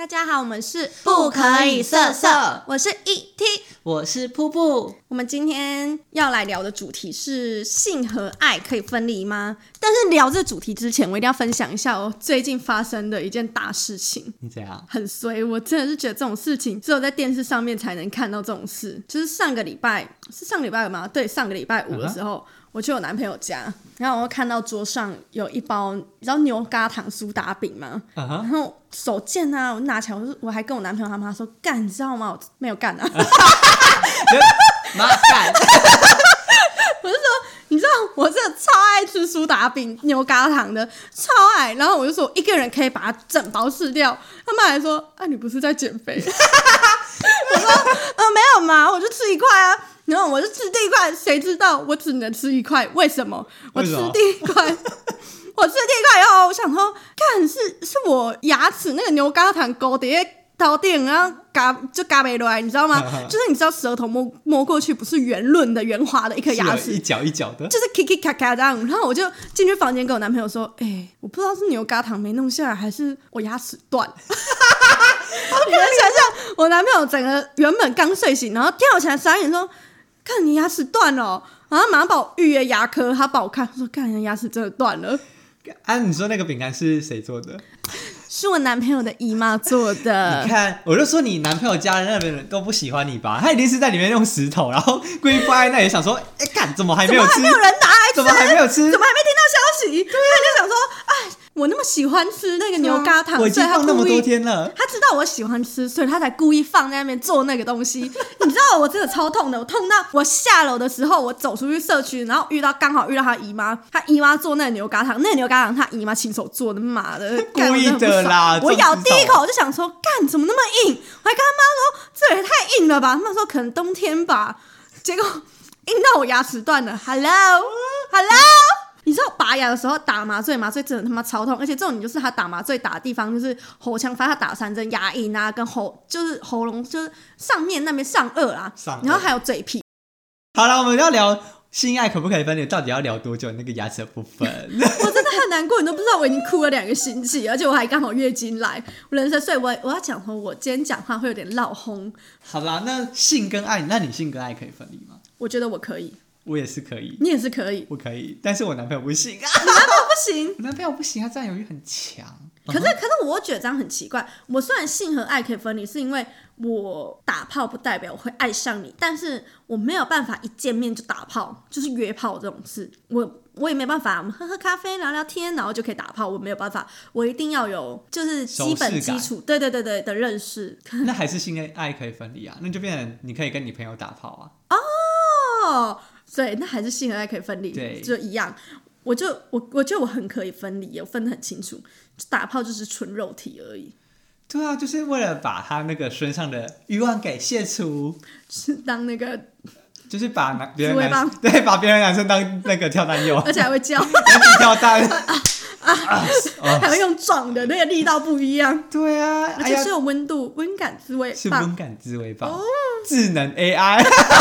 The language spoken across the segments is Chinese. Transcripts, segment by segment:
大家好，我们是不可以色色， 我是 ET， 我是瀑布。 我们今天要来聊的主题是性和爱可以分离吗？但是聊这主题之前，我一定要分享一下我最近发生的一件大事情。 你怎样？ 很衰，我真的是觉得这种事情只有在电视上面才能看到这种事。就是上个礼拜吗？对，上个礼拜五的时候。我去我男朋友家，然后我看到桌上有一包，你知道牛轧糖苏打饼吗？然后手贱啊，我拿起来，我还跟我男朋友他妈说干，你知道吗？我没有干啊， 妈干！ 我就说，你知道我真的超爱吃苏打饼、牛轧糖的，超爱。然后我就说，我一个人可以把它整包吃掉。他妈还说，啊，你不是在减肥？我说，没有嘛，我就吃一块啊。然后我就吃第一块，谁知道我只能吃一块？为什么？我吃第一块，我吃第一块以后，我想说，干是我牙齿那个牛轧糖勾在刀顶，然后嘎不落来，你知道吗？就是你知道舌头摸过去不是圆润的、圆滑的一颗牙齿， 一角一角的， 就是 k 咔咔这样。然后我就进去房间跟我男朋友说：“我不知道是牛轧糖没弄下来，还是我牙齿断。”你能想象我男朋友整个原本刚睡醒，然后跳起来傻眼说。看你牙齿断了然后马上把我预约牙科，他帮我看，说看你牙齿真的断了。 啊，你说那个饼干是谁做的？ 是我男朋友的姨妈做的。 你看，我就说你男朋友家人那边人都不喜欢你吧？他一定是在里面用石头，然后故意放在那里，想说，干怎么还没有吃？ 怎么还没有人拿来吃？ 怎么还没有吃？ 怎么还没听到消息？对啊，他就想说，哎，我那么喜欢吃那个牛轧糖， 我已经放那么多天了。 他知道我喜欢吃，所以他才故意放在那边做那个东西。你知道我真的超痛的，我痛到我下楼的时候，我走出去社区，然后刚好遇到他姨妈，他姨妈做那个牛轧糖，那个牛轧糖他姨妈亲手做的，妈的， 故意的啦！ 我咬第一口我就想说，干怎么那么硬？我还跟他妈说，这也太硬了吧？他妈说可能冬天吧，结果硬到我牙齿断了。Hello， 你知道拔牙的时候打麻醉真的他妈超痛，而且这种你就是他打麻醉打的地方就是喉腔，反正他打3针，牙龈啊跟就是喉咙就是上面那边上颚啦，然后还有嘴皮。 好了，我们要聊性爱可不可以分离，到底要聊多久？那个牙齿的部分， 我真的很难过，你都不知道我已经哭了2个星期，而且我还刚好月经来，我人生，所以我要讲说，我今天讲话会有点闹哄。 好啦，那性跟爱，那你性跟爱可以分离吗？ 我觉得我可以。 我也是可以， 你也是可以， 我可以，但是我男朋友不行啊！ 你男朋友不行？ 我男朋友不行，他占有欲很强。 可是我觉得这样很奇怪。我虽然性和爱可以分离，是因为我打炮不代表我会爱上你，但是我没有办法一见面就打炮，就是约炮这种事，我也没办法。我们喝咖啡聊聊天，然后就可以打炮，我没有办法，我一定要有就是基本基础，对的认识。 那还是性跟爱可以分离啊？那就变成你可以跟你朋友打炮啊。 哦。对，那还是性和爱可以分离， 对， 就一样。我觉得我很可以分离，我分得很清楚。打炮就是纯肉体而已。 对啊，就是为了把他那个身上的欲望给卸除， 是当那个， 就是把别人对，把别人男生当那个跳蛋用， 而且还会叫， 跳蛋。 还会用撞的，那个力道不一样。 对啊， 而且是有温度、温感滋味棒， 是温感滋味棒，智能 AI，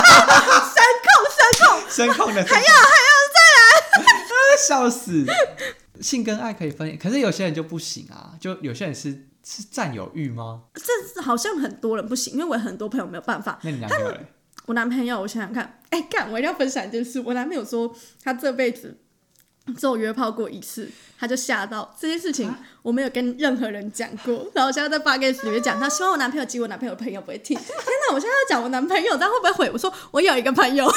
声控的，还要再来，笑死！性跟爱可以分离，可是有些人就不行啊，就有些人是占有欲吗？ 这好像很多人不行，因为我很多朋友没有办法。 那你男朋友嘞？ 我男朋友，我想想看，干，我一定要分享一件事。我男朋友说，他这辈子只有约炮过一次，他就吓到这件事情，我没有跟任何人讲过。然后我现在在 podcast 里面讲，他希望我男朋友及我男朋友的朋友不会听。天哪，我现在要讲我男朋友，这样会不会毁？我说我有一个朋友，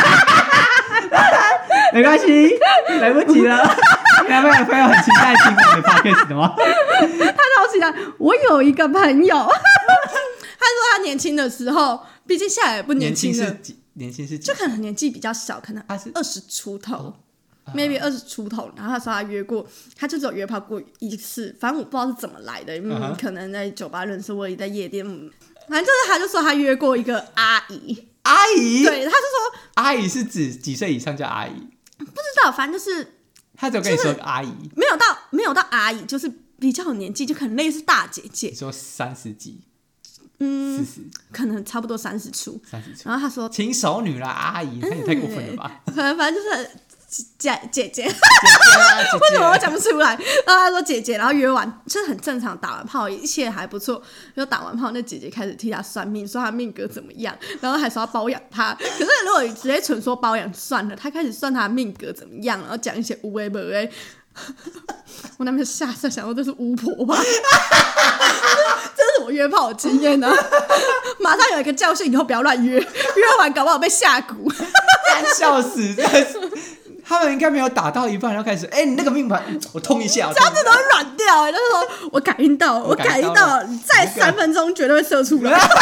没关系，来不及了。你男朋友很期待听我的 podcast 的吗？ 他超期待。我有一个朋友，他说他年轻的时候，毕竟现在也不年轻了， 年轻是就可能年纪比较小，可能20出头。maybe 20出头，然后他说他约过，他就只有约炮过一次，反正我不知道是怎么来的，可能在酒吧认识，或者在夜店，反正就是他就说他约过一个阿姨，对，他就说阿姨是指几岁以上叫阿姨？ 不知道，反正就是他只有跟你说阿姨， 没有到阿姨，就是比较有年纪，就可能类似大姐姐， 你说30几。 40，可能差不多30出。 30出。 然后他说轻熟女啦，阿姨，那也太过分了吧？ 反正就是姐姐， 姐啊姐姐为什么我讲不出来？然后他说姐姐，然后约完就是很正常，打完炮一切还不错。就打完炮，那姐姐开始替他算命，说他命格怎么样，然后还说要包养他。可是如果直接纯说包养算了，他开始算他命格怎么样，然后讲一些无为不为。我男朋友吓死，想说这是巫婆吧？这是我约炮的经验呢、啊，马上有一个教训，以后不要乱约，约完搞不好被下蛊。 笑死！他们应该没有打到一半，然后开始，你那个命盘我通一下， 这样子都会软掉、就是说我感应到，我感应到，你再3分钟绝对会射出来。 好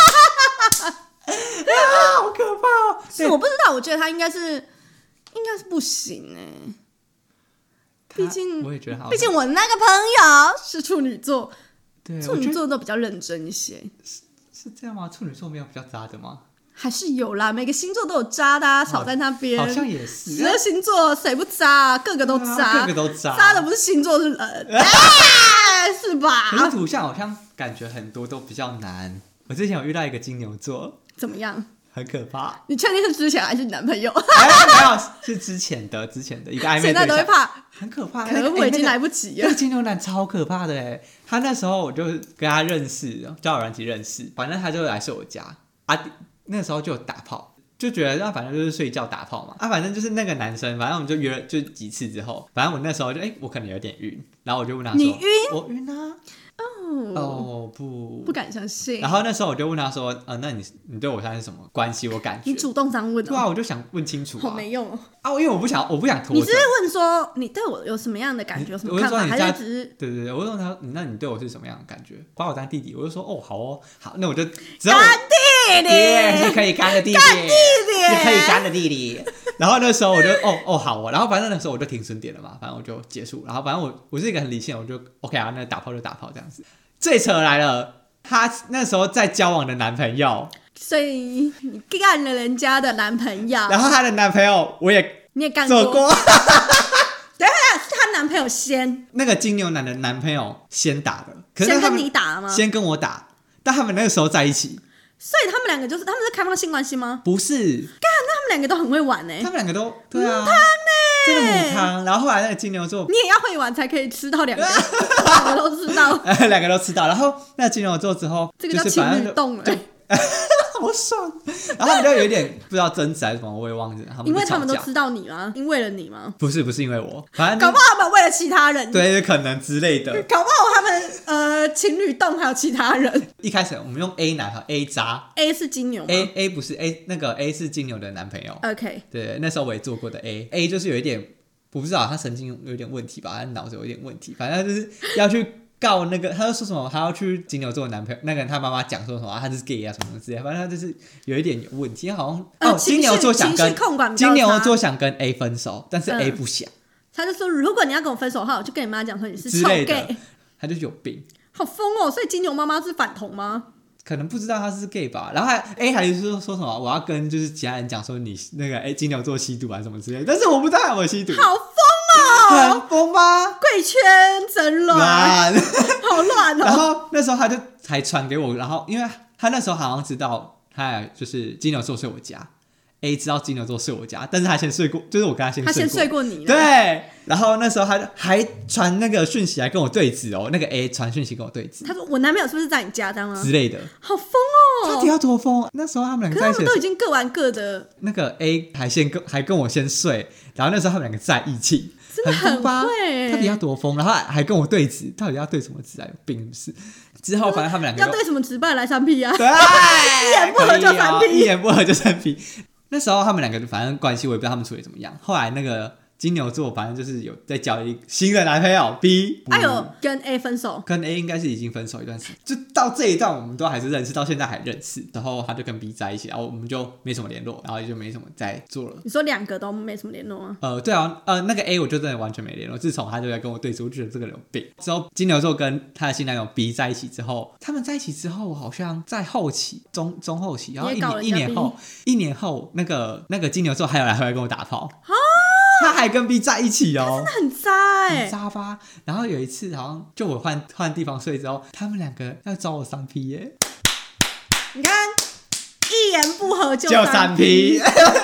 可怕、哦！ 是我不知道，我觉得他应该是不行毕竟我也觉得好， 毕竟我那个朋友是处女座， 对， 处女座都比较认真一些。 是这样吗？处女座没有比较渣的吗？ 还是有啦，每个星座都有渣的、吵在那边。 好像也是。 12星座谁不渣、啊？个个都渣， 个个都渣。 渣的不是星座是人，是吧？ 可是土象好像感觉很多都比较难。我之前有遇到一个金牛座， 怎么样？ 很可怕。 你确定是之前还是你男朋友？ 没有，是之前的一个暧昧对象。 现在都会怕， 很可怕。 可能我已经来不及了。 那个金牛男超可怕的哎！他那时候我就跟他认识，交友软体认识，反正他就来睡我家啊。那时候就有打炮，就觉得反正就是睡觉打炮嘛。反正就是那个男生，反正我们就约了就几次之后，反正我那时候就我可能有点晕，然后我就问他说：“ 你晕？ 我晕啊！”哦不敢相信。 然后那时候我就问他说：“那你对我现在是什么关系？我感觉你主动这样问、 对啊，我就想问清楚、啊。 好没用啊！因为我不想拖着。 你是问说你对我有什么样的感觉，有什么看法，还是只是对？我就问他，那你对我是什么样的感觉？把我当弟弟，我就说好哦，好，那我就只要干弟弟是可以干的弟弟， 干弟弟是可以干的弟弟。然后那时候我就好哦，然后反正那时候我就停损点了嘛，反正我就结束。然后反正我是一个很理性，我就 OK 啊，那打炮就打炮这样子。最扯来了，她那时候在交往的男朋友， 所以你干了人家的男朋友， 然后她的男朋友你也干做过。 等一下，是她男朋友先， 那个金牛男的男朋友先打的，可是先跟你打吗？ 先跟我打，但他们那个时候在一起， 所以他们两个他们是开放性关系吗？ 不是， 他们两个都很会玩他们两个都对啊， 真的母汤。然后后来那个金牛座， 你也要会玩才可以吃到两个，两个都吃到， 两个都吃到。然后那金牛座之后， 这个叫情侣洞了。 好爽！然后他们就有一点不知道争执还是什么，我也忘记了。 因为他们都知道你吗？为了你吗？ 不是因为我，反正搞不好他们为了其他人， 对，可能之类的。 搞不好他们情侣洞还有其他人。一开始我们用 A 男和 A 渣 ，A 是金牛吗 ？A 不是 A， 那个 A 是金牛的男朋友。 OK， 对，那时候我也做过的 A 就是有一点，我不知道他神经有点问题吧，他脑子有点问题，反正就是要去。告那个，他就说什么，他要去金牛座的男朋友，那个他妈妈讲说什么，他是 gay 啊什么之类的，反正他就是有一点有问题，好像金牛座想跟 A 分手，但是 A 不想， 他就说如果你要跟我分手的话，我就跟你妈讲说你是臭 gay， 他就有病， 好疯哦！所以金牛妈妈是反同吗？ 可能不知道他是 gay 吧，然后A 还是说什么我要跟就是其他人讲说你那个金牛座吸毒啊什么之类的，但是我不知道有没有吸毒， 好疯哦， 很疯吗？ 贵圈真乱，好乱哦。 然后那时候他就还传给我，然后因为他那时候好像知道他就是金牛座睡我家。A 知道金牛座睡我家，但是他先睡过，就是我跟他先睡过你了。 对，然后那时候他还传那个讯息来跟我对峙哦，那个 A 传讯息跟我对峙。 他说我男朋友是不是在你家当之类的， 好疯哦！ 到底要多疯？那时候他们两个在一起， 可是他们都已经各玩各的。 那个 A 还跟我先睡，然后那时候他们两个在一起， 真的很会。 到底要多疯？然后还跟我对峙，到底要对什么峙啊？有病是不是？之后反正他们两个要对什么值班来3P 啊？ 对， 一言不合就3P， 一言不合就3P。那时候他们两个反正关系我也不知道他们处理怎么样。后来那个金牛座反正就是有在交一个新的男朋友 B， 他有跟 A 分手， 跟 A 应该是已经分手一段时间，就到这一段我们都还是认识，到现在还认识。然后他就跟 B 在一起，然后我们就没什么联络，然后也就没什么再做了。 你说两个都没什么联络吗？ 对啊，那个 A 我就真的完全没联络。自从他就在跟我对峙，我就觉得这个人有病。之后金牛座跟他的新男友 B 在一起之后，他们在一起之后，好像在后期中后期，然后一年后，那个金牛座还有回来跟我打炮。他还跟 B 在一起哦， 真的很渣很渣吧？然后有一次好像就我换地方睡之后，他们两个要找我3P 耶。 你看，一言不合就 3P， 要的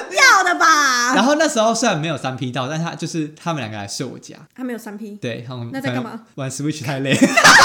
的吧？ 然后那时候虽然没有3P 到，但他们2个来睡我家。 他没有3P， 对，他们那在干嘛？ 玩 Switch 太累。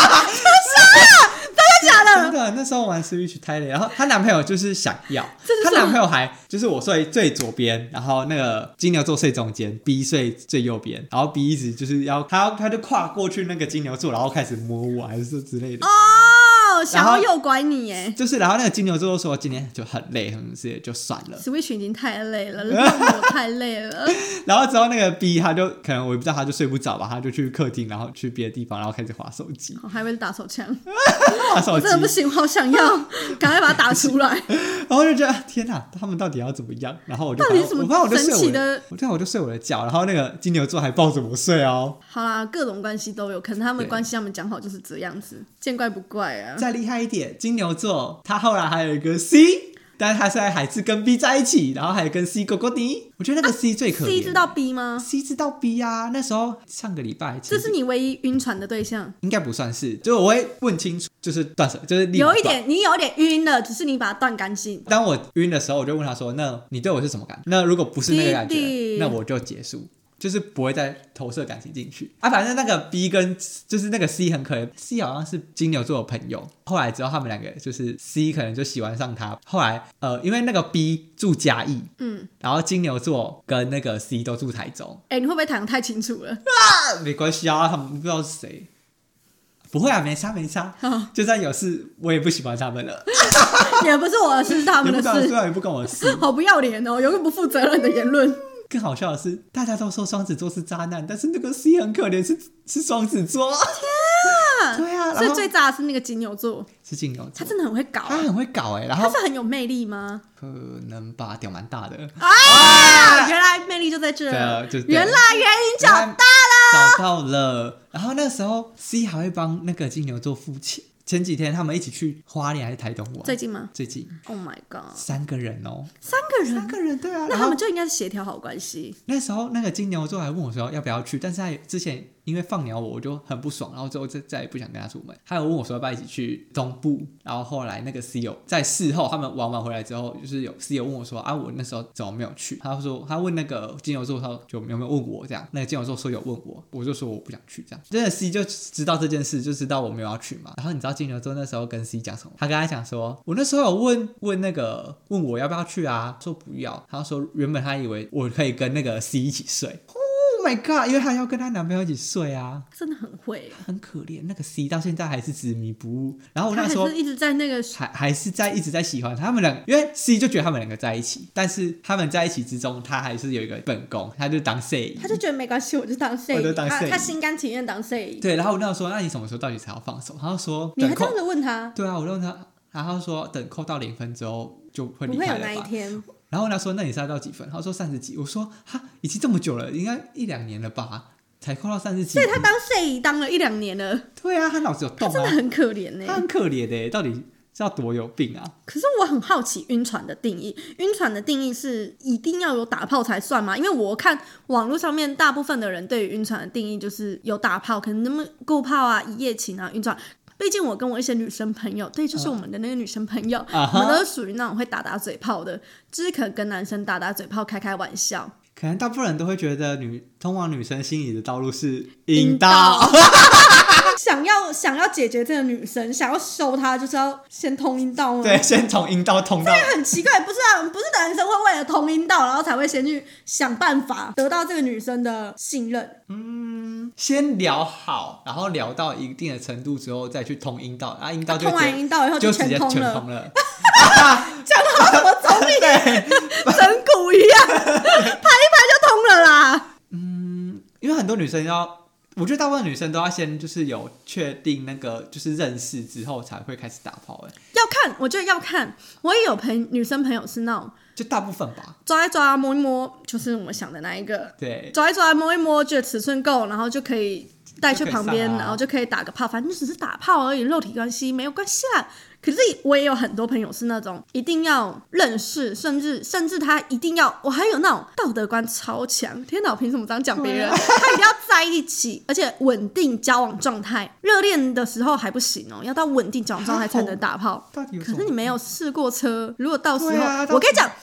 真的假的？ 真的，那时候玩 Switch 太累，然后她男朋友就是想要，她男朋友还就是我睡最左边，然后那个金牛座睡中间 ，B 睡最右边，然后 B 一直就是他就跨过去那个金牛座，然后开始摸我还是之类的。 想要诱拐你耶， 就是然后那个金牛座说今天就很累，很是就算了。 Switch 已经太累了，让我太累了。 然后之后那个 B 他就可能我也不知道，他就睡不着吧，他就去客厅，然后去别的地方，然后开始滑手机。 我还以为是打手枪， 滑手机我真的不行，我好想要，赶快把它打出来。 然后就觉得天哪，他们到底要怎么样？然后我就到底是什么神奇的？ 我就睡我的觉，然后那个金牛座还抱着我睡哦。 好啦，各种关系都有，可能他们关系他们讲好就是这样子，见怪不怪啊。 再厉害一点，金牛座他后来还有一个 C， 但是他现在还是跟 B 在一起，然后还跟 C 勾勾滴。我觉得那个 C 最可怜。 C 知道 B 吗 ？C 知道 B 啊，那时候上个礼拜， 这是你唯一晕船的对象？ 应该不算是，就是我会问清楚，就是断舍，就是有一点，你有点晕了，只是你把它断干净。 当我晕的时候，我就问他说：“那你对我是什么感觉？那如果不是那个感觉，那我就结束。”就是不会再投射感情进去啊，反正那个 B 跟就是那个 C 很可怜 ，C 好像是金牛座的朋友。后来之后他们2个就是 C 可能就喜欢上他。后来因为那个 B 住嘉义，然后金牛座跟那个 C 都住台中。 你会不会谈得太清楚了？ 没关系啊，他们不知道是谁。不会啊，没差没差，就算有事，我也不喜欢他们了。 也不是我的事，是他们的事， 虽然也不跟我的事。 好不要脸哦，有个不负责任的言论。 更好笑的是，大家都说双子座是渣男，但是那个 C 很可怜，是双子座。天啊！对啊， 所以最渣的是那个金牛座， 是金牛座， 他真的很会搞， 他很会搞然后他是很有魅力吗？ 可能吧，屌蛮大的原来魅力就在这， 原来原因找到了。然后那时候 C 还会帮那个金牛座付钱。前几天他们一起去花莲还是台东玩？ 最近吗？ 最近。 Oh my god！ 3个人哦 ，3个人， 对啊。 那他们就应该是协调好关系。 那时候那个金牛座还问我说要不要去，但是他之前因为放鸟我就很不爽，然后之后再也不想跟他出门。他有问我说要不要一起去东部，然后后来那个 C 友在事后他们玩回来之后，就是有 C 友问我说我那时候怎么没有去？他说他问那个金牛座他就有没有问我这样，那个金牛座说有问我，我就说我不想去这样。真的 C 就知道这件事，就知道我没有要去嘛。然后你知道金牛座那时候跟 C 讲什么？他跟他讲说，我那时候有问我要不要去啊，说不要。他说原本他以为我可以跟那个 C 一起睡。Oh my god！ 因为她要跟她男朋友一起睡啊， 真的很会， 很可怜。那个 C 到现在还是执迷不悟。然后我那时候还是一直在那个还是一直在喜欢他们俩，因为 C 就觉得他们2个在一起，但是他们在一起之中，他还是有一个本宫，他就当摄影， 他就觉得没关系，我就当摄影，他心甘情愿当摄影。 对，然后我那时候说，那你什么时候到底才要放手？他就说， 你还这样子问他？ 对啊，我问他，然后说等扣到0分之后就会离开了吧。 不会有那一天。 然后他说，那你是要到几分？他说30几。我说哈，已经这么久了，应该1-2年了吧？才扣到30几， 所以他当摄影当了1-2年了。 对啊，他脑子有洞啊， 他真的很可怜他很可怜到底是要多有病啊？ 可是我很好奇晕船的定义，晕船的定义是一定要有打炮才算吗？因为我看网络上面大部分的人对于晕船的定义就是有打炮，可能那么顾炮啊、一夜情啊、晕船。毕竟我跟我一些女生朋友，对，就是我们的那个女生朋友，我们都是属于那种会打嘴炮的，就是可能跟男生打嘴炮、开玩笑。 可能大部分人都会觉得通往女生心里的道路是阴道。 想要解决这个女生，想要收她，就是要先通阴道吗？ 对，先从阴道通到。 这也很奇怪，不是啊？不是男生会为了通阴道，然后才会先去想办法得到这个女生的信任。 先聊好，然后聊到一定的程度之后再去通阴道，阴道就通完阴道以后就直接全通了。 讲得好什么总理整蛊一样，拍一拍就通了啦。 因为很多女生我觉得大部分女生都要先就是有确定那个就是认识之后才会开始打炮。 要看，我觉得要看。我也有女生朋友是那种， 就大部分吧， 抓一抓摸一摸，就是我们想的那一个。 对， 抓一抓摸一摸，觉得尺寸够，然后就可以带去旁边，然后就可以打个炮，反正就只是打炮而已，肉体关系没有关系啦。可是我也有很多朋友是那种一定要认识，甚至他一定要，我还有那种道德观超强。天哪，我凭什么这样讲别人？他一定要在一起，而且稳定交往状态。热恋的时候还不行要到稳定交往状态才能打炮。 到底有什么？ 可是你没有试过车，如果到时候， 啊、 我跟你讲，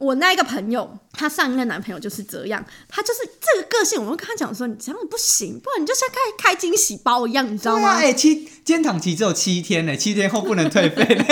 我那一个朋友，她上一个男朋友就是这样，他就是这个个性，我会跟他讲说，你这样不行，不然你就像开惊喜包一样，你知道吗？ 监堂期只有7天呢，7天后不能退费呢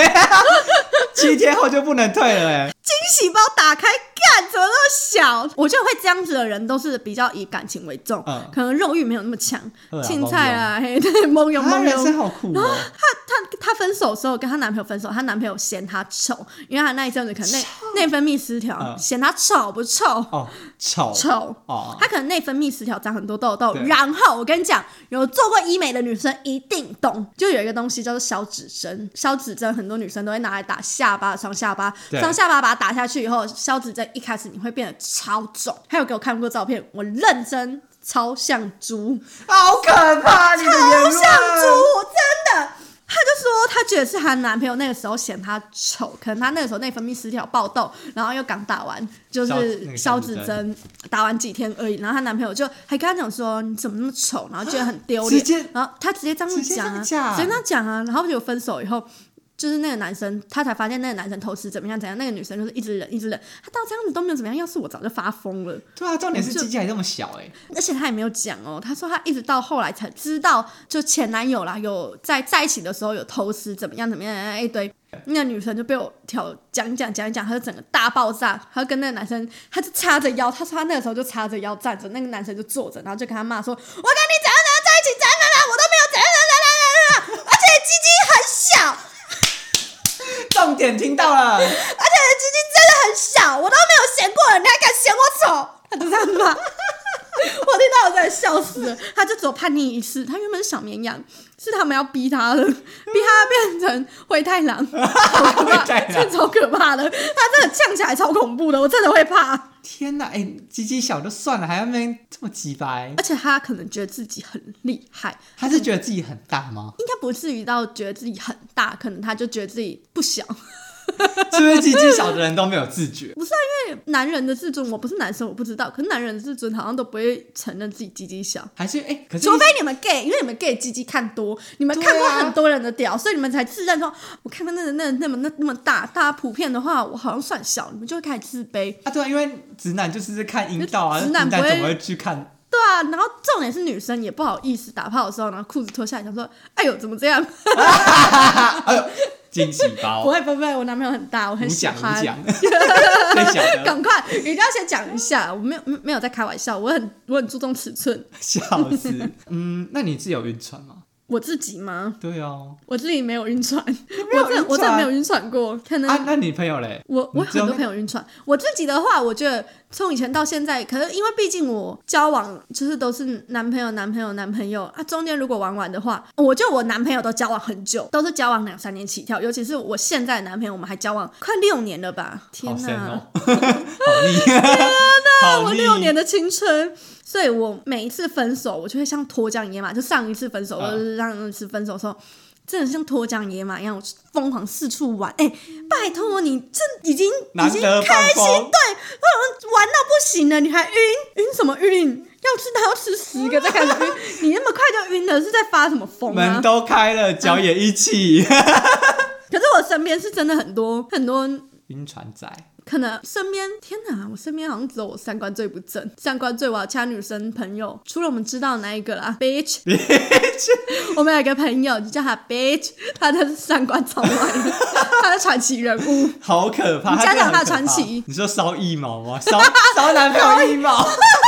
，7天后就不能退了哎。 惊喜包打开，干怎么那么小？我觉得会这样子的人都是比较以感情为重，可能肉欲没有那么强，青菜啦，嘿，对，懵慵懵慵。 人生好苦哦。 她分手的时候跟她男朋友分手，她男朋友嫌她丑，因为她那一阵子可能内分泌失调，嫌她丑不臭？ 哦，丑。 她可能内分泌失调，长很多痘痘。然后我跟你讲，有做过医美的女生一定懂，就有一个东西叫做消脂针。消脂针很多女生都会拿来打下巴、双下巴把它打下去以后，消脂针一开始你会变得超肿。还有给我看过照片，我认真超像猪， 好可怕！你的言论超像猪，真的。她就说，她觉得是她男朋友那个时候嫌她丑，可能她那个时候内分泌失调爆痘，然后又刚打完就是消脂针，打完几天而已，然后她男朋友就还跟她讲说你怎么那么丑，然后觉得很丢脸，然后她直接这样讲啊，直接这样讲啊，然后就分手以后。就是那个男生，他才发现那个男生偷吃怎么样怎样，那个女生就是一直忍，他到这样子都没有怎么样，要是我早就发疯了。 对啊，重点是鸡鸡还这么小而且他也没有讲哦，他说他一直到后来才知道，就前男友啦有在一起的时候有偷吃怎么样一堆。那个女生就被我讲，她就整个大爆炸，她就跟那个男生，她就叉着腰，她说她那个时候就叉着腰站着，那个男生就坐着，然后就跟他骂说：“我跟你怎样在一起，怎样我都没有怎样，而且鸡鸡很小。” 重点听到了，而且鸡鸡真的很小，我都没有嫌过人，你还敢嫌我丑？他就这样骂，我听到我真的笑死了。他就只有叛逆一次，他原本是小绵羊，是他们要逼他的，逼他变成灰太狼，好可怕，这超可怕的，他真的呛起来超恐怖的，我真的会怕。 天哪，鸡鸡小就算了，还要那边这么鸡掰， 而且他可能觉得自己很厉害， 他是觉得自己很大吗？ 应该不至于到觉得自己很大，可能他就觉得自己不小。 是不是鸡鸡小的人都没有自觉？ 不是啊，因为男人的自尊，我不是男生我不知道，可是男人的自尊好像都不会承认自己鸡鸡小， 还是可是除非你们 gay， 因为你们 gay 鸡鸡看多，你们看过很多人的屌，所以你们才自认说，我看到那么大，大家普遍的话，我好像算小，你们就会开始自卑啊。对啊，因为直男就是看阴道啊，直男怎么会去看？ 对啊，然后重点是女生也不好意思打炮的时候，然后裤子脱下来，想说，哎呦怎么这样？ 哎呦。惊喜包不会，我男朋友很大，我很喜欢。 无讲赶快，一定要先讲一下，我没有在开玩笑，我很注重尺寸。 笑死，那你自己有晕船吗？ 我自己吗？ 对哦， 我自己没有晕船，我真的没有晕船过。可能那你朋友嘞？ 我很多朋友晕船。我自己的话，我觉得从以前到现在，可是因为毕竟我交往就是都是男朋友啊，中间如果玩的话，我男朋友都交往很久，都是交往2-3年起跳。尤其是我现在的男朋友，我们还交往快6年了吧？天哪， 好厉害！ 我6年的青春。所以我每一次分手，我就会像脱缰野马。就上一次分手，或者是上一次分手的时候，真的像脱缰野马一样，我疯狂四处玩。拜托你，这已经开心，对，玩到不行了，你还晕什么晕？要吃10个再开始晕，你那么快就晕了，是在发什么疯啊？ 门都开了，脚也一起。 可是我身边是真的很多晕船仔。 可能身边，天哪，我身边好像只有我三观最不正，三观最我要其他女生朋友，除了我们知道哪一个啦 ，bitch， 我们有一个朋友就叫他 bitch， 他的三观超歪的，他的传奇人物， 好可怕， 你讲讲他的传奇。 你说烧腋毛吗？烧男朋友腋毛。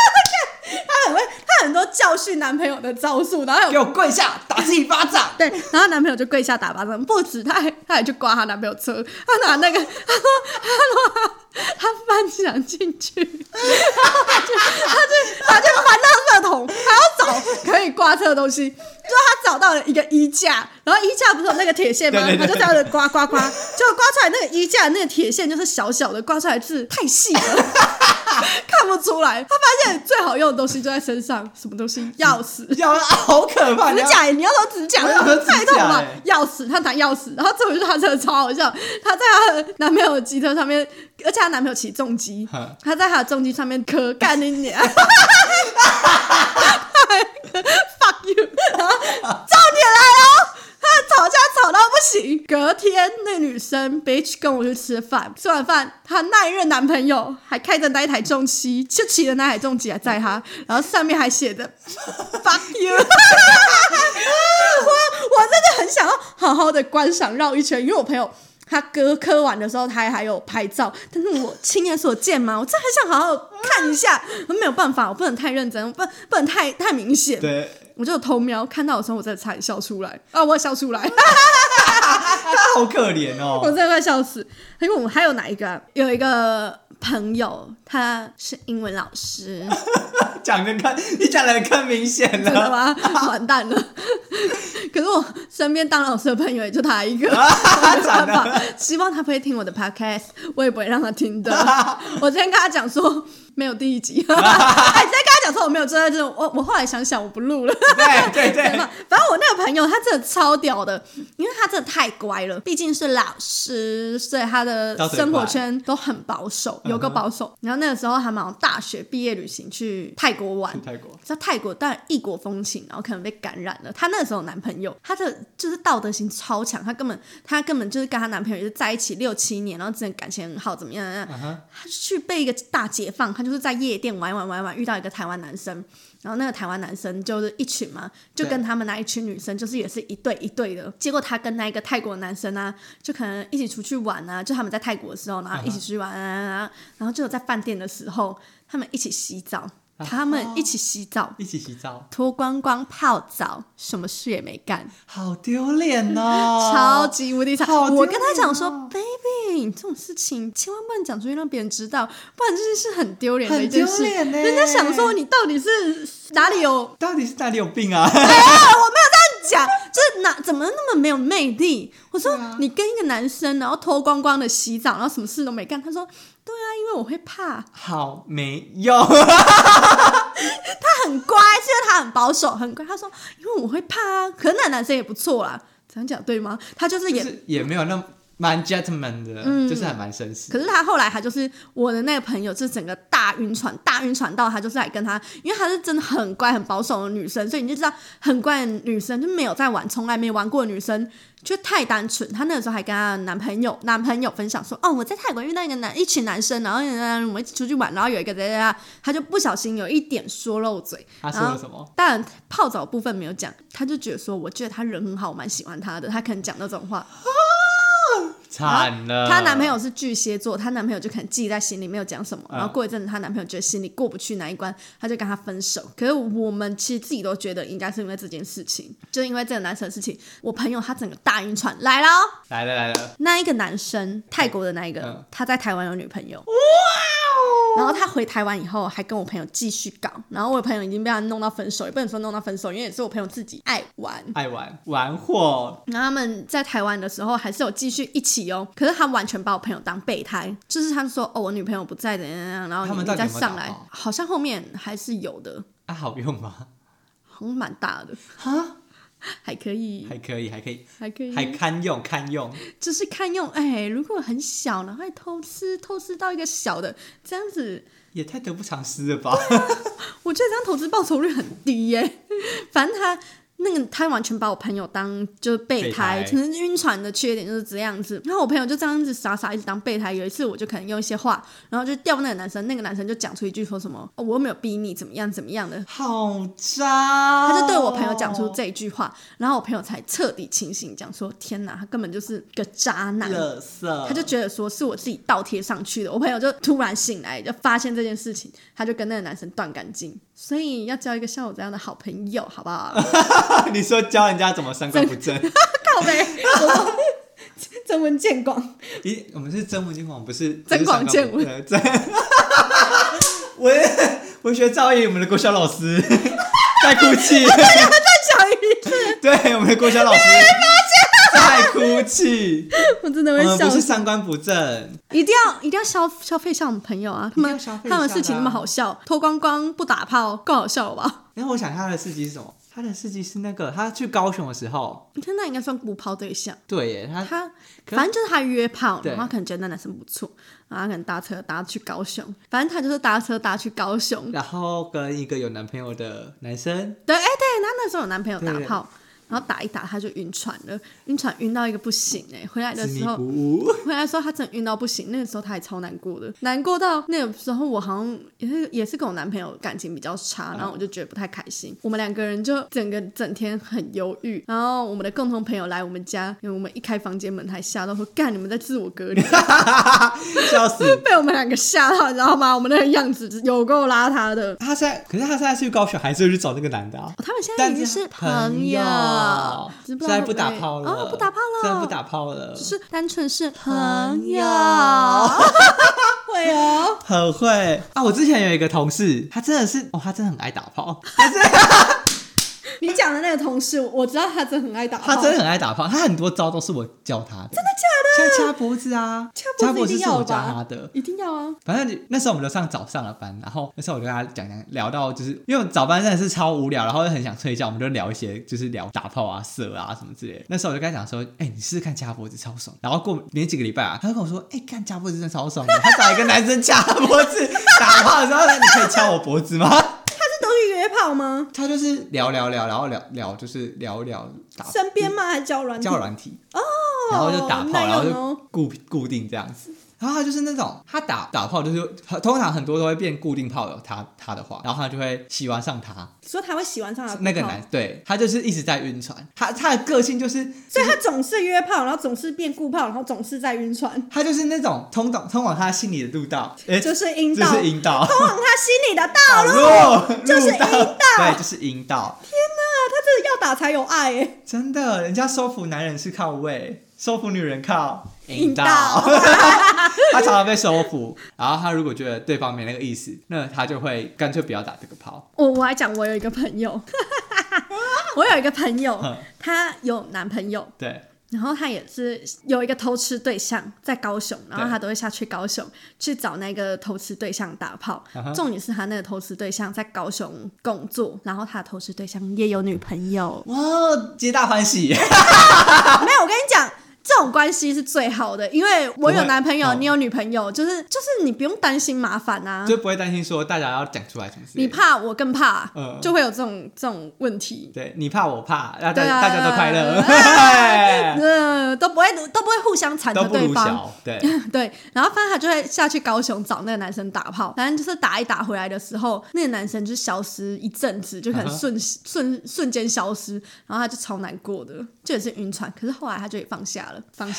他很多教训男朋友的招数，然后给我跪下打自己巴掌。 对，然后男朋友就跪下打巴掌，不止，他还去刮他男朋友车，他拿那个他翻墙进去，他就翻到垃圾桶，还要找可以刮车的东西，就他找到了一个衣架，然后衣架不是有那个铁线吗？他就这样子刮，结果刮出来那个衣架那个铁线就是小小的，刮出来是太细了。看不出来，他发现最好用的东西就在身上，什么东西？钥匙， 好可怕！ 指甲，你要说指甲，太痛了。钥匙，他拿钥匙，然后这回他真的超好笑，他在他的男朋友的机车上面，而且他男朋友骑重机，他在他的重机上面磕干你娘 ，fuck you， 然后重点来了。他吵架吵到不行，隔天那女生 bitch 跟我去吃饭，吃完饭她那一任男朋友还开着那一台重机，就骑着那台重机来载她，然后上面还写着 fuck you 我真的很想要好好的观赏绕一圈，因为我朋友他哥磕完的时候他还有拍照，但是我亲眼所见嘛，我真的很想好好看一下，没有办法，我不能太认真，我不能太明显， 对， 我就偷瞄看到的时候我真的差点笑出来啊，我也笑出来好可怜哦， 我真的快笑死。因为我们还有哪一个啊，有一个朋友他是英文老师你讲的更明显了， 真的吗？完蛋了可是我身边当老师的朋友也就他一个，我没办法。希望他不会听我的 podcast， 我也不会让他听的。我之前跟他讲说没有第一集，直接跟他讲说我没有这种，我后来想想我不录了。 对反正我那个朋友他真的超屌的，因为他真的太乖了，毕竟是老师，所以他的生活圈都很保守，有个保守。然后那个时候他们好像大学毕业旅行去泰国玩，在泰国当然异国风情，然后可能被感染了。她那个时候男朋友，他的就是道德心超强，他根本就是跟她男朋友也是在一起6-7年，然后真的感情很好，怎么样？他去被一个大解放，他就是在夜店玩遇到一个台湾男生，然后那个台湾男生就是一群嘛，就跟他们那一群女生就是也是一对一对的。结果他跟那一个泰国男生啊，就可能一起出去玩啊，就他们在泰国的时候，然后一起出去玩啊，然后就有在饭店的时候，他们一起洗澡。一起洗澡，脱光光泡澡，什么事也没干， 好丢脸哦， 超级无敌惨。 我跟他讲说 ，baby， 这种事情千万不能讲出去让别人知道，不然这件事很丢脸的一件事。人家想说你到底是哪里有病啊？ 我没有这样讲，就是怎么那么没有魅力？我说、你跟一个男生，然后脱光光的洗澡，然后什么事都没干。他说。对啊，因为我会怕。 好没用。 他很乖，是因为他很保守，很乖。他说，因为我会怕啊。可是那男生也不错啦，这样讲对吗？他就是也没有那么蛮 gentleman 的，就是还蛮绅士。 可是他后来他就是我的那个朋友，就是整个大晕船到他就是来跟他，因为他是真的很乖很保守的女生，所以你就知道很乖的女生就没有在玩，从来没玩过的女生。就太单纯，她那个时候还跟她男朋友分享说，我在泰国遇到一群男生，然后我们一起出去玩，然后有一个他就不小心有一点说漏嘴。 他说了什么？ 当然泡澡部分没有讲，他就觉得说，我觉得他人很好，我蛮喜欢他的，他可能讲那种话。 惨了！ 她男朋友是巨蟹座，她男朋友就可能记在心里没有讲什么，然后过一阵子她男朋友觉得心里过不去那一关，他就跟她分手。可是我们其实自己都觉得应该是因为这件事情，就因为这个男生的事情，我朋友他整个大晕船来了。那一个男生泰国的那一个，他在台湾有女朋友。然后他回台湾以后还跟我朋友继续搞，然后我朋友已经被他弄到分手，也不能说弄到分手，因为也是我朋友自己爱玩货。然后他们在台湾的时候还是有继续一起哦，可是他完全把我朋友当备胎，就是他说我女朋友不在怎样，然后你再上来，好像后面还是有的。 好用吗？ 好像蛮大的哈。 还可以， 还堪用， 就是堪用。如果很小，然后还偷吃到一个小的，这样子也太得不偿失了吧？ 我觉得这样投资报酬率很低耶。反正他完全把我朋友当就是备胎，可能晕船的缺点就是这样子。然后我朋友就这样子傻傻一直当备胎。有一次我就可能用一些话，然后就钓那个男生，那个男生就讲出一句说什么我又没有逼你怎么样的， 好渣他就对我朋友讲出这一句话，然后我朋友才彻底清醒，讲说天哪，他根本就是个渣男， 垃圾。 他就觉得说是我自己倒贴上去的。我朋友就突然醒来，就发现这件事情，他就跟那个男生断干净。所以要交一个像我这样的好朋友，好不好？ 你说教人家怎么三观不正？ 靠北，增文见广。 我们是增文见广，不是增广见闻。 文学造诣，我们的国小老师在哭泣。 再讲一次。 对，我们的国小老师在哭泣。 我真的会笑。 我们不是三观不正， 一定要消费像我们朋友啊！他们事情那么好笑，脱光光不打炮，够好笑了吧？ 然后我想他的事迹是什么？他的事迹是那个他去高雄的时候， 你看那应该算不炮对象。 对耶，他反正就是他约炮，然后他可能觉得那男生不错，然后他可能搭车搭去高雄，反正他就是搭车搭去高雄， 然后跟一个有男朋友的男生， 对，他那时候有男朋友打炮。 然后打一打他就晕船了，晕到一个不行回来的时候他真的晕到不行，那个时候他还超难过的，难过到那个时候我好像也是跟我男朋友感情比较差，然后我就觉得不太开心，我们2个人就整天很忧郁，然后我们的共同朋友来我们家，因为我们一开房间门还吓到说干你们在自我隔离笑死被我们2个吓到你知道吗？我们那个样子有够邋遢的。 可是他现在去高雄还是会去找那个男的啊？ 他们现在已经是朋友， 现在不打炮了不打炮了， 现在不打炮了， 就是单纯是朋友会哦， 很会啊！我之前有一个同事，他真的是他真的很爱打炮。 你讲的那个同事，我知道他真的很爱打炮， 他真的很爱打炮，他很多招都是我教他的。 真的假的？ 像掐脖子啊， 掐脖子一定要是我教他的， 一定要啊。 反正那时候我们就上早上的班，然后那时候我就跟他讲聊到，就是因为早班真的是超无聊，然后又很想睡觉，我们就聊一些就是聊打炮啊、色啊什么之类的。那时候我就跟他讲说，你试试看掐脖子超爽。然后过没几个礼拜啊，他就跟我说，干掐脖子真的超爽的。他找一个男生掐脖子打炮的时候，你可以掐我脖子吗？ 都去约炮吗？ 他就是聊，然后聊就是聊打身边吗？还是交软体？ 交软体哦，然后就打炮，然后就固定这样子。然后他就是那种他打炮就是通常很多都会变固定炮友，他的话，然后他就会喜欢上他， 所以他会喜欢上他那个男，对，他就是一直在晕船，他的个性就是， 所以他总是约炮，然后总是变固炮，然后总是在晕船， 他就是那种通往他心里的路道， 就是阴道， 就是阴道， 通往他心里的道路就是阴道， 对，就是阴道。 天哪，他真的要打才有爱耶， 真的，人家收服男人是靠胃，收服女人靠阴道他常常被收服，然后他如果觉得对方没那个意思，那他就会干脆不要打这个炮。 我还讲我有一个朋友我有一个朋友他有男朋友， 对， 然后他也是有一个偷吃对象在高雄，然后他都会下去高雄去找那个偷吃对象打炮，重点是他那个偷吃对象在高雄工作，然后他的偷吃对象也有女朋友， 哇，皆大欢喜没有，我跟你讲这种关系是最好的，因为我有男朋友，你有女朋友，就是你不用担心麻烦啊， 就不会担心说大家要讲出来什么事， 你怕我更怕，就会有这种问题。 对，你怕我怕，大家都快乐， 都不会互相缠着对方， 对对，然后反正他就会下去高雄找那个男生打炮，反正就是打一打回来的时候，那个男生就消失一阵子，就可能瞬间消失，然后他就超难过的，就也是晕船，可是后来他就也放下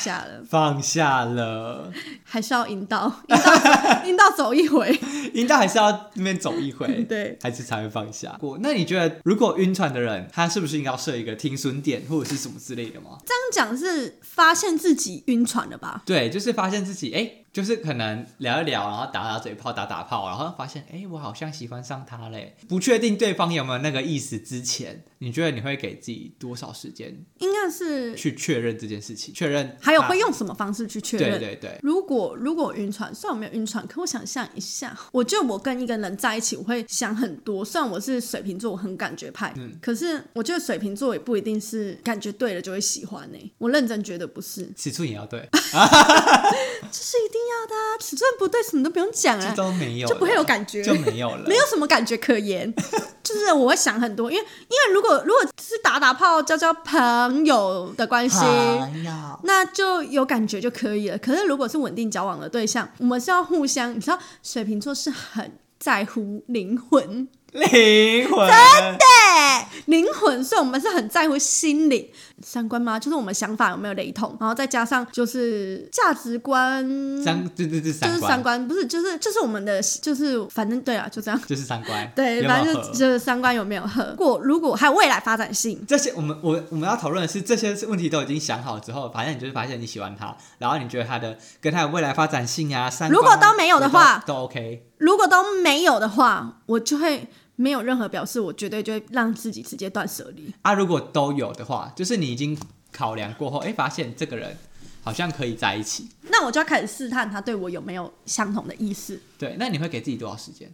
了，还是要引导走一回， 引导还是要那边走一回， 对， 还是才会放下。那你觉得，如果晕船的人，他是不是应该要设一个停损点或者是什么之类的吗？ 这样讲是发现自己晕船了吧？ 对，就是发现自己就是可能聊一聊，然后打嘴炮，打炮，然后发现我好像喜欢上他嘞，不确定对方有没有那个意思之前，你觉得你会给自己多少时间？ 应该是去确认这件事情，确认还有会用什么方式去确认？ 对。 如果晕船，虽然我没有晕船，可我想象一下，我觉得我跟一个人在一起，我会想很多。虽然我是水瓶座，我很感觉派，可是我觉得水瓶座也不一定是感觉对了就会喜欢我认真觉得不是， 尺寸也要对， 这是一定要的啊！尺寸不对，什么都不用讲啊， 这都没有， 就不会有感觉， 就没有了， 没有什么感觉可言。就是我会想很多，因为如果是打炮、交朋友的关系，那就有感觉就可以了。可是如果是稳定交往的对象，我们是要互相，你知道，水瓶座是很在乎灵魂，真的灵魂，所以我们是很在乎心灵。三观吗？就是我们想法有没有雷同，然后再加上就是价值观， 就是三观，不是就是我们的就是反正对啊，就这样， 就是三观， 对，反正就是三观有没有合。如果还有未来发展性， 这些我们要讨论的是这些问题都已经想好之后，反正你就是发现你喜欢他，然后你觉得他的跟他的未来发展性啊，三观， 如果都没有的话， 都 OK。 如果都没有的话，我就会没有任何表示，我绝对就会让自己直接断舍离啊。如果都有的话，就是你已经考量过后，发现这个人好像可以在一起， 那我就要开始试探他对我有没有相同的意思。 对，那你会给自己多少时间？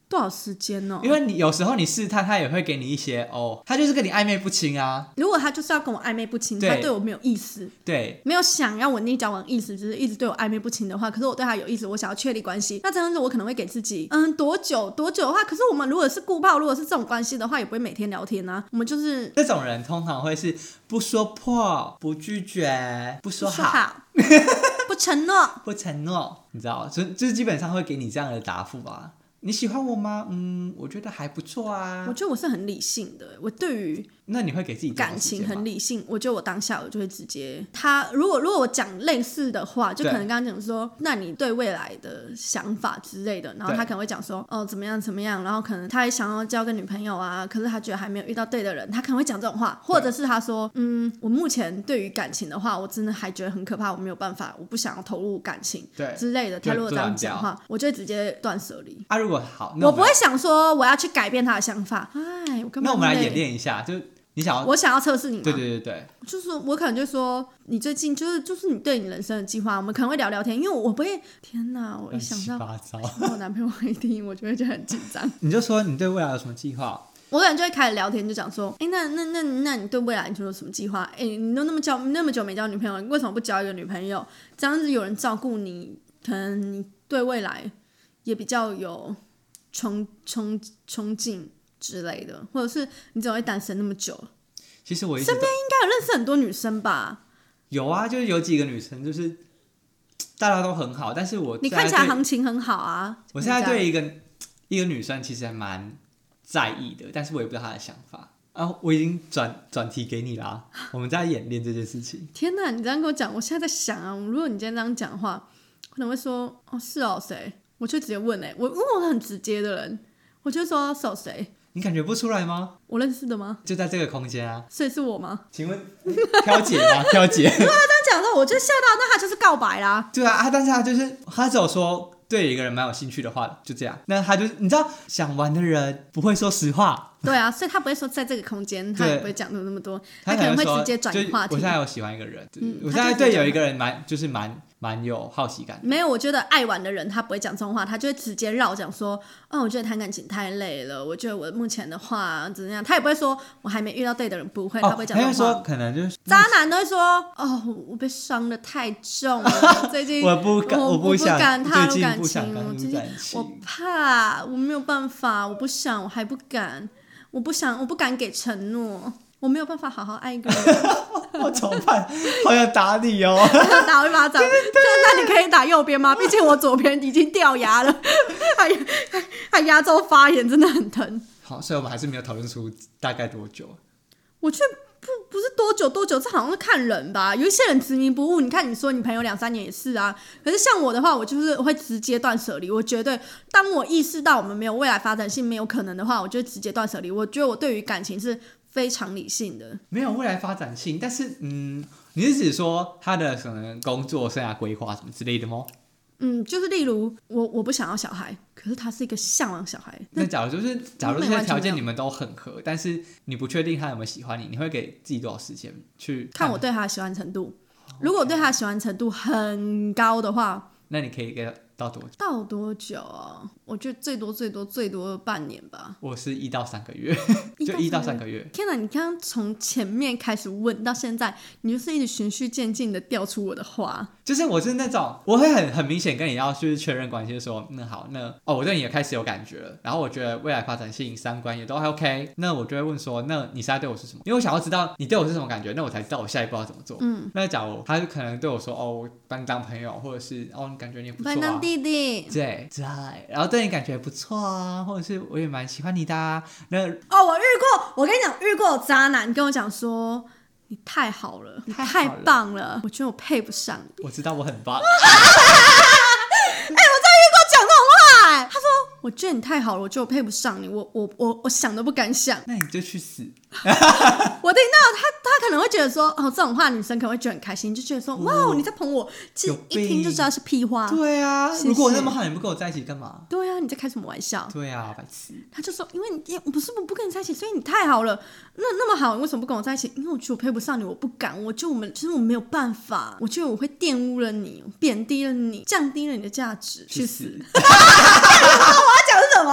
多少时间哦？ 因为你有时候你试探，他也会给你一些他就是跟你暧昧不清啊。 如果他就是要跟我暧昧不清，他对我没有意思， 对，没有想要稳定交往的意思，只是一直对我暧昧不清的话，可是我对他有意思，我想要确立关系，那这样子我可能会给自己多久的话，可是我们如果是固炮，如果是这种关系的话，也不会每天聊天啊。我们就是这种人通常会是不说破、不拒绝、不说好不承诺不承诺，你知道，就是基本上会给你这样的答复吧。你喜欢我吗？我觉得还不错啊。 我觉得我是很理性的，我对于那你会给自己感情很理性。我觉得我当下我就会直接，他如果我讲类似的话，就可能刚刚讲说，那你对未来的想法之类的，然后他可能会讲说，怎么样怎么样，然后可能他也想要交个女朋友啊，可是他觉得还没有遇到对的人，他可能会讲这种话，或者是他说，我目前对于感情的话，我真的还觉得很可怕，我没有办法，我不想要投入感情之类的。他如果这样讲话，我就会直接断舍离。 如果好， 我不会想说我要去改变他的想法。我根本那我们来演练一下，就我想要测试你吗？ 对， 就是我可能就说你最近就是你对你人生的计划，我们可能会聊聊天，因为我不会，天哪，我一想到我男朋友会听，我就会觉得很紧张。 你就说你对未来有什么计划？ 我可能就会开始聊天，就讲说，那你对未来你有什么计划？你都那么久没交女朋友，你为什么不交一个女朋友？这样子有人照顾你，可能你对未来也比较有憧憬之类的，或者是你怎么会单身那么久？ 其实我身边应该有认识很多女生吧？ 有啊，就是有几个女生，就是大家都很好，但是你看起来行情很好啊。 我现在对一个女生其实还蛮在意的，但是我也不知道她的想法啊。我已经转题给你啦，我们在演练这件事情。 天哪，你这样跟我讲，我现在在想啊，如果你今天这样讲的话，可能会说是谁？我就直接问我很直接的人，我就说是谁？ 你感觉不出来吗？ 我认识的吗？ 就在这个空间啊。 所以是我吗？ 请问飘姐吗？飘姐。 如果他这样讲的话，我就笑到，那他就是告白啦。 对啊，但是他只有说对一个人蛮有兴趣的话，就这样。那他就你知道，想玩的人不会说实话。对啊，所以他不会说在这个空间，他也不会讲那么多，他可能会直接转移话题。 我现在有喜欢一个人，我现在对有一个人蛮有好奇感的。 没有，我觉得爱玩的人他不会讲这种话，他就会直接绕讲说，我觉得谈感情太累了，我觉得我目前的话怎么样，他也不会说我还没遇到对的人，不会，他不会讲这种话。 他会说可能就是渣男都会说，我被伤得太重了，最近我不敢踏入感情，我怕，我没有办法，我不想，我还不敢，我不敢给承诺。我没有办法好好爱一个人。 我怎么办？好想打你哦！ 打我一巴掌。那你可以打右边吗？毕竟我左边已经掉牙了，还牙周发炎，真的很疼。 好，所以我们还是没有讨论出大概多久。 我觉得不是多久，这好像是看人吧。有一些人执迷不悟，你看你说你朋友2-3年也是啊。可是像我的话，我就是会直接断舍离。我绝对，当我意识到我们没有未来发展性，没有可能的话，我就直接断舍离。我觉得我对于感情是非常理性的， 没有未来发展性。但是你是指说他的可能工作生涯规划什么之类的吗？ 就是例如我不想要小孩，可是他是一个向往小孩。 那假如这些条件你们都很合，但是你不确定他有没有喜欢你，你会给自己多少时间去看我对他的喜欢程度？如果对他的喜欢程度很高的话， 那你可以给到多久？ 到多久啊？我觉得最多半年吧。 我是1到3个月，就1到3个月。 天哪！你刚刚从前面开始问到现在，你就是一直循序渐进的调出我的话。 就是我是那种我会很明显跟你要去确认关系，说那好，那我对你也开始有感觉了，然后我觉得未来发展性、3观也都还 OK， 那我就会问说，那你现在对我是什么？因为我想要知道你对我是什么感觉，那我才知道我下一步要怎么做。那假如他就可能对我说，我把你当朋友，或者是你感觉你也不错啊， 把你当弟弟， 对，然后对你感觉不错啊，或者是我也蛮喜欢你的啊。那我遇过，我跟你讲，遇过有渣男跟我讲说，你太好了，你太棒了，我觉得我配不上你。 我知道我很棒。 我真的遇过讲这种话，他说我觉得你太好了，我觉得我配不上你，我想都不敢想。 那你就去死。 我听到他可能会觉得说，这种话女生可能会觉得很开心，就觉得说，哇，你在捧我，其实一听就知道是屁话。 对啊，如果我那么好，你不跟我在一起干嘛？ 对啊，你在开什么玩笑？ 对啊，白痴。 他就说，因为你不是我不跟你在一起，所以你太好了。那么好，你为什么不跟我在一起？因为我觉得我配不上你，我不敢。我觉得我没有办法，我觉得我会玷污了你，贬低了你，降低了你的价值。去死！我要讲什么？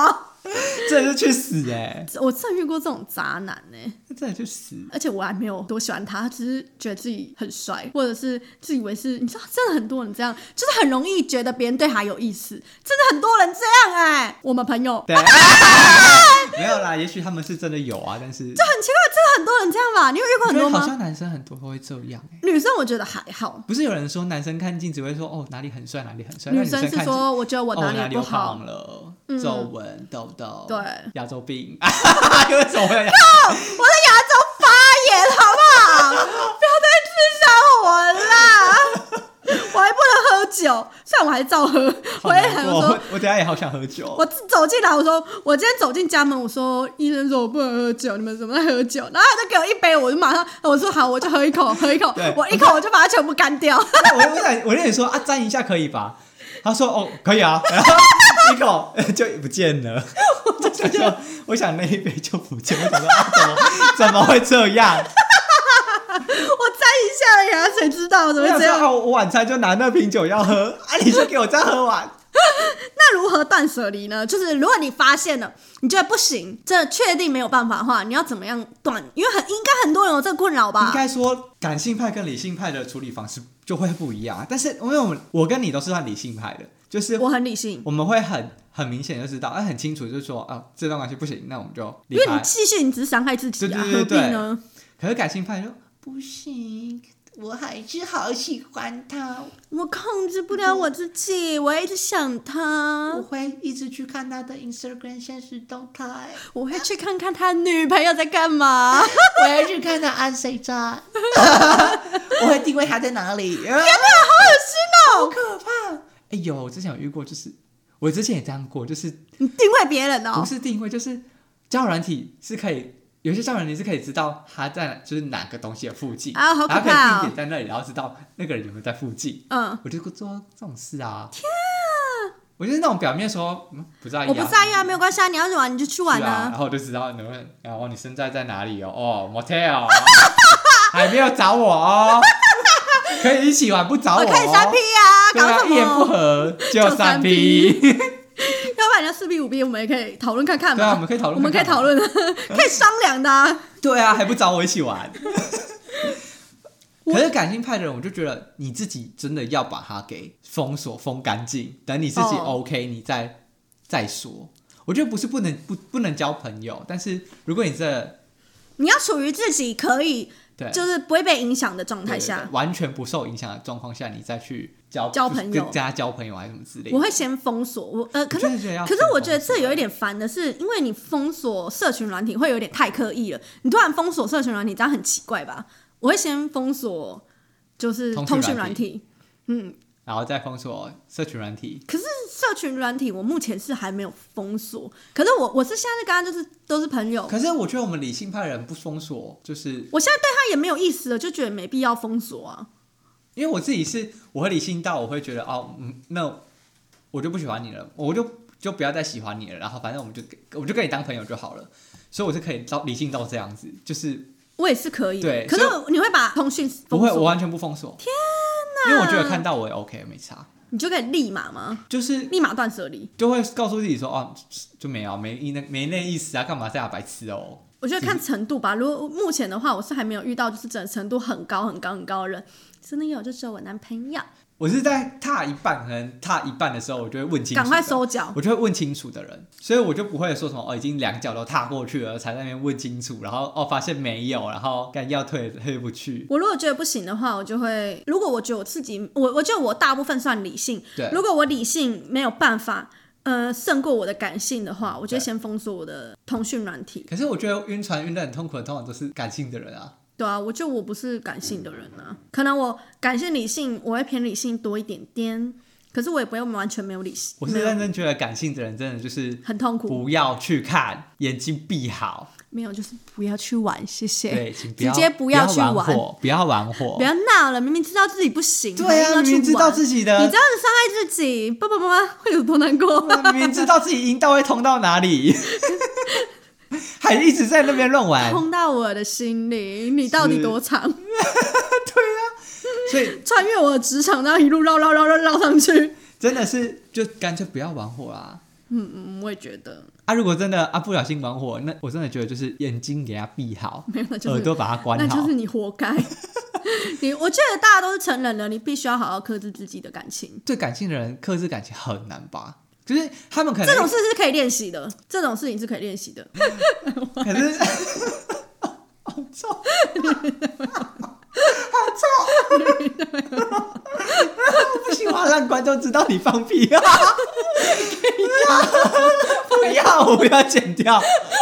真的是去死我真的遇过这种渣男真的去死！ 而且我还没有多喜欢他，他只是觉得自己很帅，或者是自以为是。你知道，真的很多人这样，就是很容易觉得别人对他有意思，真的很多人这样我们朋友对，没有啦，也许他们是真的有啊，但是就很奇怪，真的很多人这样吧？你有遇过很多吗？ 好像男生很多都会这样女生我觉得还好。 不是有人说男生看镜子会说哦哪里很帅哪里很帅， 女生是说我觉得我哪里不好了，皱纹痘痘， 对， 亚洲病，因为怎么会？ 我的亚洲发炎，好不好？不要再刺伤我啦！我还不能喝酒，虽然我还是照喝。我也很说， 我等一下也好想喝酒。 我走进来，我说我今天走进家门，我说医生说我不能喝酒，你们怎么在喝酒？然后他就给我一杯，我就马上我说好，我就喝一口，我一口我就把它全部干掉。 我跟你说啊，沾一下可以吧？他说哦可以啊，然后一口就不见了。我想那一杯就不见，我想说怎么会这样？ 我沾一下而已啊，谁知道怎么会这样？ 我晚餐就拿那瓶酒要喝啊，你就给我这样喝完。 那如何断舍离呢？就是如果你发现了，你觉得不行，这确定没有办法的话，你要怎么样断？因为应该很多人有这个困扰吧？ 应该说感性派跟理性派的处理方式就会不一样。但是因为我跟你都是算理性派的，就是我很理性， 我们会很明显就知道，很清楚就是说啊，这段关系不行，那我们就离开。 因为你继续，你只是伤害自己啊，何必呢？ 可是感性派就不行。我还是好喜欢他， 我控制不了我自己，我一直想他， 我会一直去看他的 Instagram 现实动态， 我会去看看他女朋友在干嘛， 我会去看他按谁站，我会定位他在哪里。天哪，好恶心好可怕！我之前有遇过，就是我之前也这样过，就是你定位别人不是定位，就是交友软体是可以。有些交友软体是可以知道他在就是哪个东西的附近啊，好可怕然后可以定点在那里，然后知道那个人有没有在附近。我就做这种事啊！天啊！我就是那种表面说不在意， 我不在意啊，没有关系啊，你要去玩你就去玩啊。 然后我就知道然后你现在在哪里哦motel 还没有找我哦，可以一起玩不找我， 可以3P 啊，搞什么？ 一言不合就3P。 要不然人家4P 5P 我们也可以讨论看看嘛。 对啊，我们可以讨论， 可以商量的啊。 对啊，还不找我一起玩。可是感性派的人，我就觉得你自己真的要把它给封锁封干净，等你自己 OK，你再说。我觉得不是不能交朋友，但是如果你要处于自己可以， 对， 就是不会被影响的状态下， 对，完全不受影响的状况下，你再去交朋友， 跟大家交朋友还是什么之类的。 我会先封锁可是我觉得这有一点烦的是，因为你封锁社群软体会有点太刻意了，你突然封锁社群软体，这样很奇怪吧？我会先封锁就是通讯软体， 然后再封锁社群软体。 可是社群软体我目前是还没有封锁，可是我是现在跟他就是都是朋友。 可是我觉得我们理性派人不封锁，就是我现在对他也没有意思了，就觉得没必要封锁啊。 因为我自己我会理性到我会觉得那我就不喜欢你了，我就不要再喜欢你了，然后反正我就跟你当朋友就好了。所以我是可以理性到这样子，就是我也是可以。 对， 可是你会把通讯封锁？ 不会，我完全不封锁。 天哪！ 因为我觉得看到我也 OK， 没差。 你就可以立马吗？ 就是立马断舍离， 就会告诉自己说就没那意思啊，干嘛这样白痴哦？ 我觉得看程度吧。如果目前的话，我是还没有遇到就是整个程度很高的人，真的有就只有我男朋友。 我是在踏一半，可能踏一半的时候，我就会问清楚， 赶快收脚， 我就会问清楚的人，所以我就不会说什么已经2脚都踏过去了，才在那边问清楚，然后发现没有，然后要退不去。 我如果觉得不行的话，我就会，如果我觉得我自己，我觉得我大部分算理性， 对， 如果我理性没有办法胜过我的感性的话，我就先封锁我的通讯软体。 可是我觉得晕船晕得很痛苦的通常都是感性的人啊。 对啊，我觉得我不是感性的人啊，可能我感性理性，我会偏理性多一点点，可是我也不用完全没有理性。 我是认真觉得感性的人真的就是很痛苦， 不要去看，眼睛闭好。 没有，就是不要去玩，谢谢。 对，请直接不要去玩， 不要玩火， 不要闹了。明明知道自己不行， 对啊，明明知道自己的， 你这样子伤害自己，爸爸妈妈会有多难过？ 明明知道自己阴道会通到哪里。还一直在那边乱玩， 通到我的心里，你到底多长？对啊，所以穿越我的职场，然后一路绕上去， 真的是就干脆不要玩火啦。 我也觉得。 如果真的不小心玩火，那我真的觉得就是眼睛给它闭好， 没有，那就是耳朵把它关好， 那就是你活该。我觉得大家都是成人了，你必须要好好克制自己的感情。 对感性的人克制感情很难吧？就是他们可能这种事是可以练习的，这种事情是可以练习的。 可是好臭，好臭！不行，我要让观众知道你放屁啊！不要，我不要剪掉。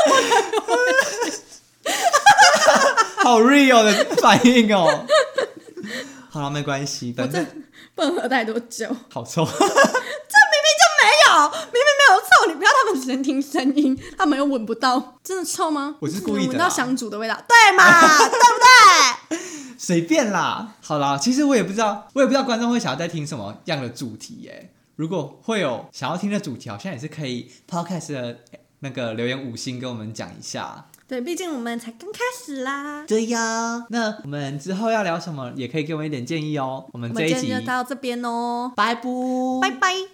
好 real 的反应哦。好了，没关系，反正不能喝太多酒。 好臭。 没有，明明没有臭，你不要他们只能听声音，他们又闻不到，真的臭吗？ 我是故意的啦， 闻到香煮的味道，对嘛？对不对？ 随便啦，好啦，其实我也不知道观众会想要再听什么样的主题耶。如果会有想要听的主题，好像也是可以 podcast 的那个留言5星跟我们讲一下。 对，毕竟我们才刚开始啦。 对呀，那我们之后要聊什么，也可以给我们一点建议哦。我们这一集就到这边哦， 拜拜。 拜拜。